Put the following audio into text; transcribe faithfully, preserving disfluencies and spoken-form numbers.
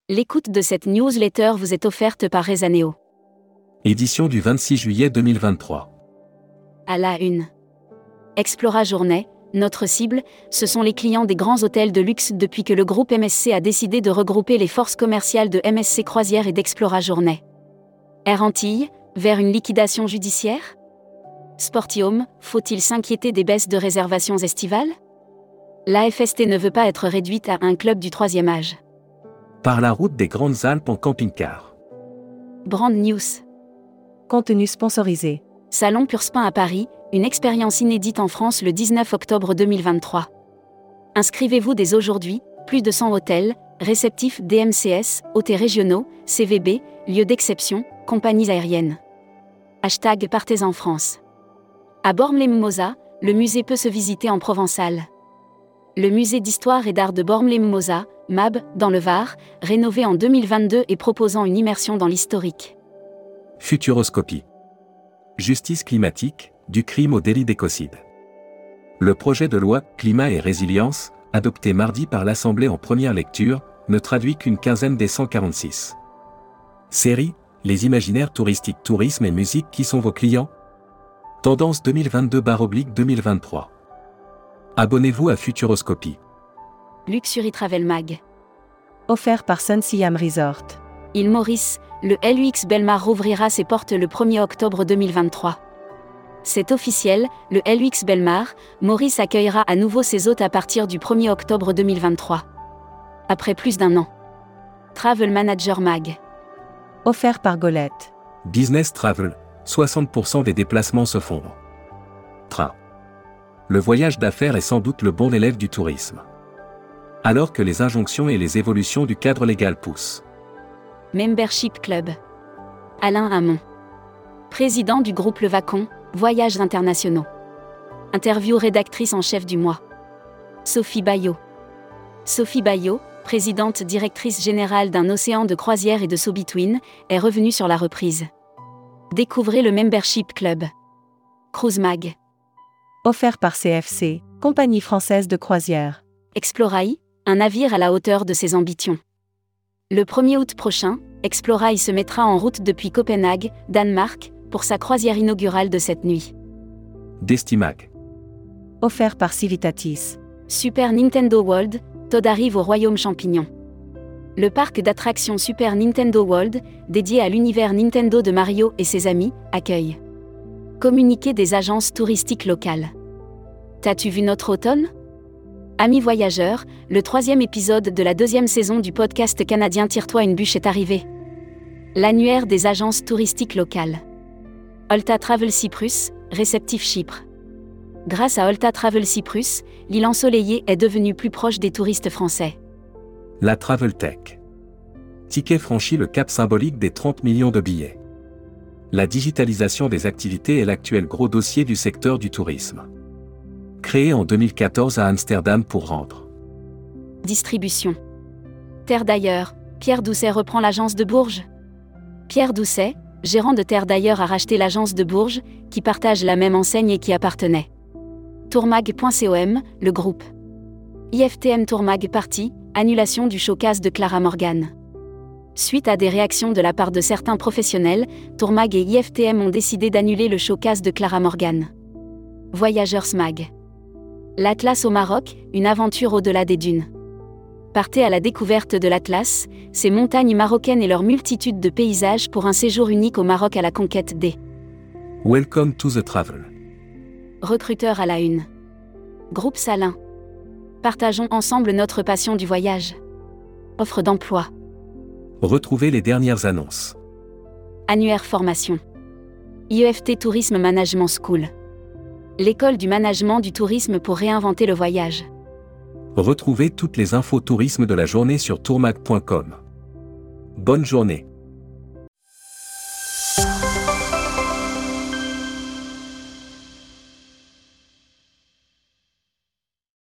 L'écoute de cette newsletter vous est offerte par Rezaneo. Édition du vingt-six juillet deux mille vingt-trois. À la une. Explora Journée, notre cible, ce sont les clients des grands hôtels de luxe depuis que le groupe M S C a décidé de regrouper les forces commerciales de M S C Croisières et d'Explora Journée. Air Antilles, vers une liquidation judiciaire ? Sportium, faut-il s'inquiéter des baisses de réservations estivales ? L'A F S T ne veut pas être réduite à un club du troisième âge. Par la route des Grandes Alpes en camping-car. Brand News. Contenu sponsorisé. Salon Purspin à Paris, une expérience inédite en France le dix-neuf octobre deux mille vingt-trois. Inscrivez-vous dès aujourd'hui, plus de cent hôtels, réceptifs D M C S, hôtels régionaux, C V B, lieux d'exception, compagnies aériennes. Hashtag Partez en France. À Bormes-les-Mimosas, le musée peut se visiter en provençal. Le musée d'histoire et d'art de Bormes-les-Mimosas, M A B, dans le Var, rénové en deux mille vingt-deux et proposant une immersion dans l'historique. Futuroscopie. Justice climatique, du crime au délit d'écocide. Le projet de loi « Climat et résilience », adopté mardi par l'Assemblée en première lecture, ne traduit qu'une quinzaine des cent quarante-six. Série, les imaginaires touristiques, tourisme et musique qui sont vos clients ? Tendance deux mille vingt-deux deux mille vingt-trois. Abonnez-vous à Futuroscopie. Luxury Travel Mag. Offert par Sun Siam Resort. Île Maurice, le L U X Belmar rouvrira ses portes le premier octobre deux mille vingt-trois. C'est officiel, le L U X Belmar, Maurice accueillera à nouveau ses hôtes à partir du premier octobre deux mille vingt-trois. Après plus d'un an. Travel Manager Mag. Offert par Golette. Business Travel, soixante pour cent des déplacements se font en train. Le voyage d'affaires est sans doute le bon élève du tourisme. Alors que les injonctions et les évolutions du cadre légal poussent. Membership Club. Alain Hamon. Président du groupe Le Vacon, Voyages internationaux. Interview rédactrice en chef du mois. Sophie Bayot. Sophie Bayot, présidente directrice générale d'un océan de croisière et de So-Between, est revenue sur la reprise. Découvrez le Membership Club. Cruise Mag. Offert par C F C, compagnie française de croisière. Explorail, un navire à la hauteur de ses ambitions. Le premier août prochain, Explorail se mettra en route depuis Copenhague, Danemark, pour sa croisière inaugurale de cette nuit. Destimag. Offert par Civitatis. Super Nintendo World, Todd arrive au Royaume Champignon. Le parc d'attractions Super Nintendo World, dédié à l'univers Nintendo de Mario et ses amis, accueille. Communiqué des agences touristiques locales. T'as-tu vu notre automne ? Amis voyageurs, le troisième épisode de la deuxième saison du podcast canadien Tire-toi une bûche est arrivé. L'annuaire des agences touristiques locales. Olta Travel Cyprus, réceptif Chypre. Grâce à Olta Travel Cyprus, l'île ensoleillée est devenue plus proche des touristes français. La Travel Tech. Ticket franchit le cap symbolique des trente millions de billets. La digitalisation des activités est l'actuel gros dossier du secteur du tourisme. Créé en deux mille quatorze à Amsterdam pour rendre. Distribution. Terre d'ailleurs, Pierre Doucet reprend l'agence de Bourges. Pierre Doucet, gérant de Terre d'ailleurs, a racheté l'agence de Bourges, qui partage la même enseigne et qui appartenait. Tourmag point com, le groupe. I F T M Tourmag parti, annulation du showcase de Clara Morgan. Suite à des réactions de la part de certains professionnels, Tourmag et I F T M ont décidé d'annuler le showcase de Clara Morgan. Voyageurs Mag. L'Atlas au Maroc, une aventure au-delà des dunes. Partez à la découverte de l'Atlas, ces montagnes marocaines et leur multitude de paysages pour un séjour unique au Maroc à la conquête des. Welcome to the travel. Recruteur à la une. Groupe Salin. Partageons ensemble notre passion du voyage. Offre d'emploi. Retrouvez les dernières annonces. Annuaire formation. I E F T Tourisme Management School. L'école du management du tourisme pour réinventer le voyage. Retrouvez toutes les infos tourisme de la journée sur tourmag point com. Bonne journée.